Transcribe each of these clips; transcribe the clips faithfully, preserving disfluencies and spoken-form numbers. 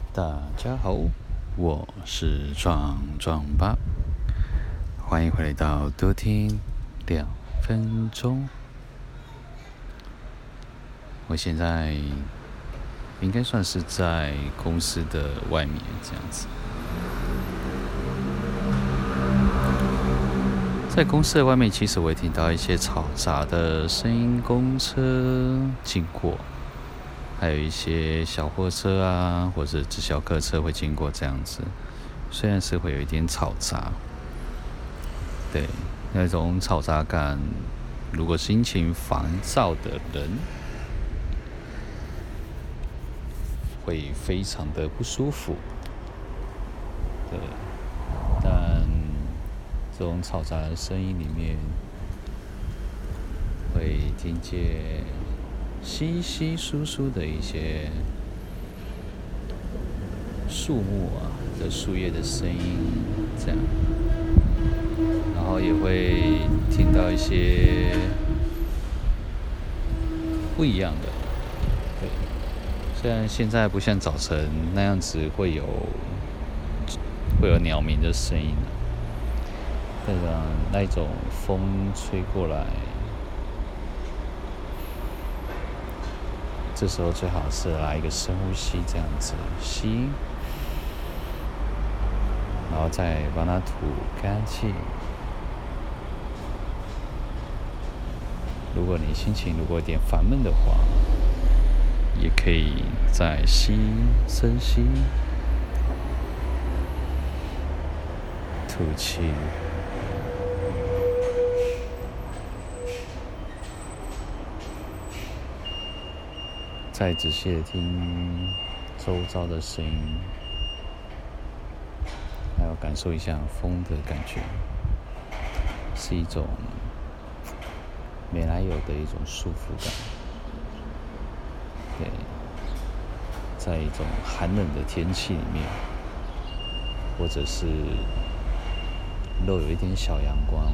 大家好，我是壮壮爸，欢迎回到多听两分钟。我现在应该算是在公司的外面这样子，在公司的外面，其实我也听到一些嘈杂的声音，公车经过。还有一些小货车啊，或者直销客车会经过这样子，虽然是会有一点嘈杂，对，那种嘈杂感，如果心情烦躁的人，会非常的不舒服，对，但这种嘈杂的声音里面，会听见稀稀疏疏的一些树木啊的树叶的声音，这样，然后也会听到一些不一样的，对，虽然现在不像早晨那样子会有会有鸟鸣的声音，但是那种风吹过来。这时候最好是来一个深呼吸，这样子吸，然后再把它吐干净。如果你心情如果有点烦闷的话，也可以再吸，深吸，吐气。再仔细的听周遭的声音，还要感受一下风的感觉，是一种没来由的一种舒服感。对，在一种寒冷的天气里面，或者是露有一点小阳光，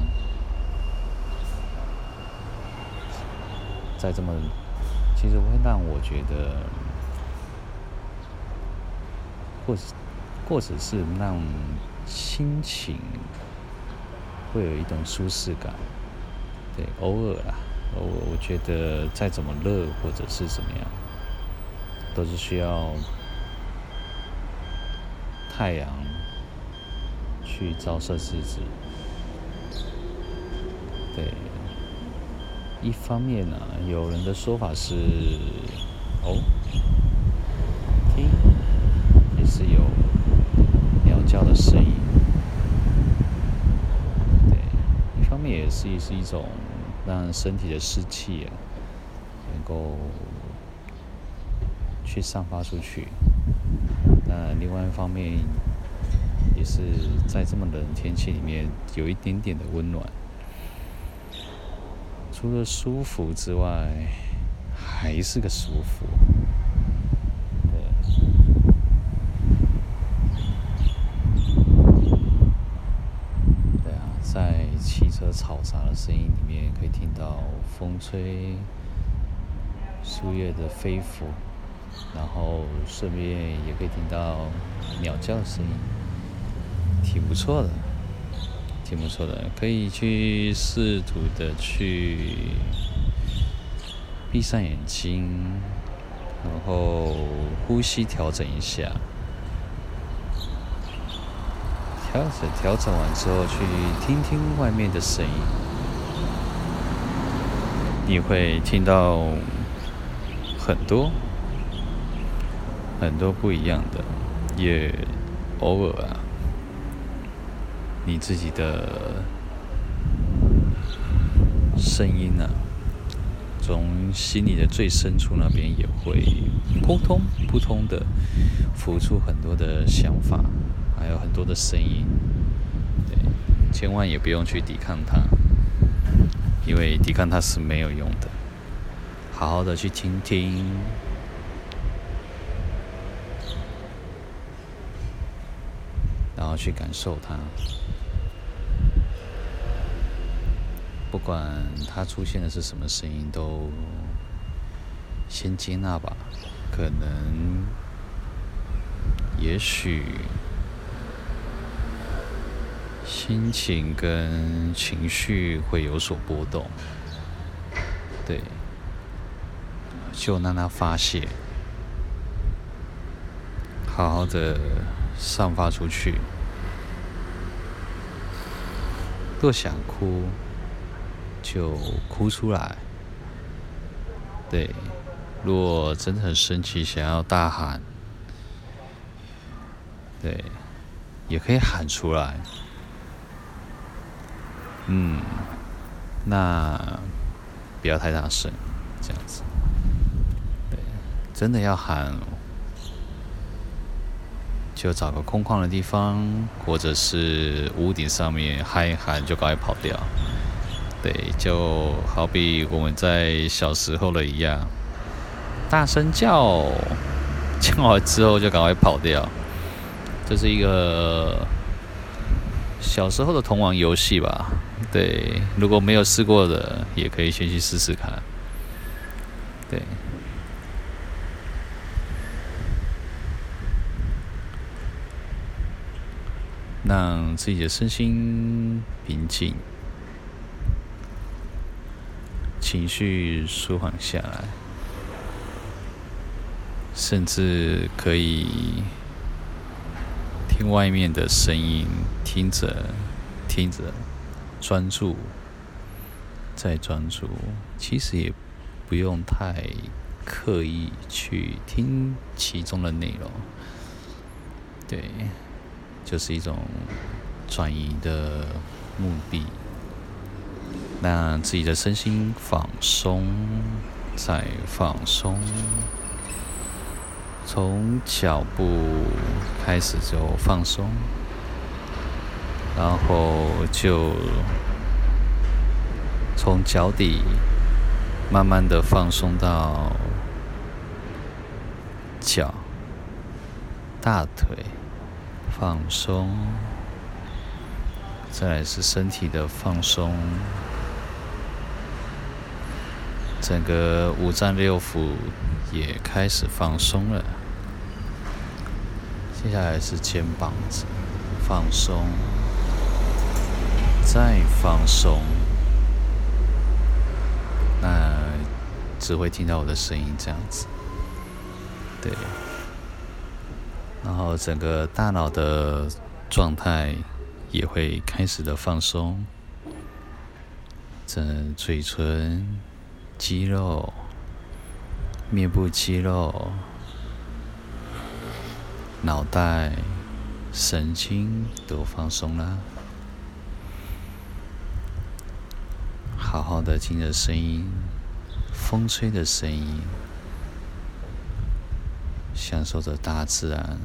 在这么其实会让我觉得，或者或者是让心情会有一种舒适感。对，偶尔啦，偶尔我觉得再怎么热或者是怎么样，都是需要太阳去照射自己。对。一方面呢、啊，有人的说法是，哦，听也是有鸟叫的声音，对，一方面也是是一种让身体的湿气啊，能够去散发出去。那另外一方面，也是在这么冷的天气里面，有一点点的温暖。除了舒服之外，还是个舒服。对，对啊，在汽车嘈杂的声音里面，可以听到风吹树叶的飞拂，然后顺便也可以听到鸟叫的声音，挺不错的。挺不错的，可以去试图的去闭上眼睛，然后呼吸调整一下，调整调整完之后，去听听外面的声音，你会听到很多很多不一样的，也偶尔啊。你自己的声音啊，从心里的最深处那边也会扑通扑通的浮出很多的想法，还有很多的声音。对，千万也不用去抵抗它，因为抵抗它是没有用的。好好的去听听，然后去感受它。不管它出现的是什么声音，都先接纳吧。可能也许心情跟情绪会有所波动，对，就让它发泄，好好的散发出去。若想哭，就哭出来。对，若真的很生气，想要大喊，对，也可以喊出来。嗯，那不要太大声，这样子。对，真的要喊，就找个空旷的地方，或者是屋顶上面喊一喊，就赶快跑掉。对，就好比我们在小时候的一样，大声叫，叫完之后就赶快跑掉。这是一个小时候的童玩游戏吧？对，如果没有试过的，也可以先去试试看。对。让自己的身心平静，情绪舒缓下来，甚至可以听外面的声音，听着听着，专注，再专注。其实也不用太刻意去听其中的内容，对。就是一种转移的目的，让自己的身心放松，再放松，从脚步开始就放松，然后就从脚底慢慢的放松到脚、大腿。放松，再来是身体的放松，整个五脏六腑也开始放松了。接下来是肩膀子放松，再放松，那只会听到我的声音这样子，对。然后整个大脑的状态也会开始的放松，整嘴唇、肌肉、面部肌肉、脑袋、神经都放松啦。好好的听着声音，风吹的声音。享受着大自然，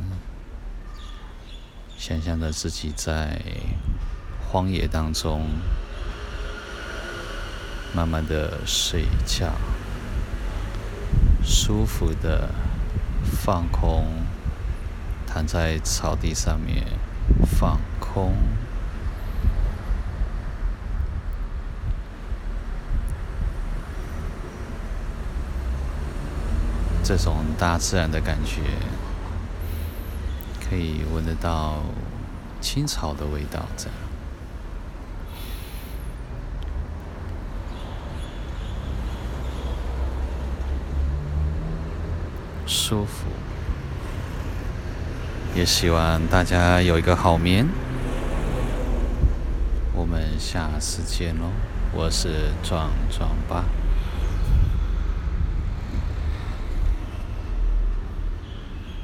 想象着自己在荒野当中，慢慢的睡觉，舒服的放空，躺在草地上面放空。这种大自然的感觉，可以闻得到青草的味道，这样舒服。也希望大家有一个好眠。我们下次见喽，我是壮壮爸。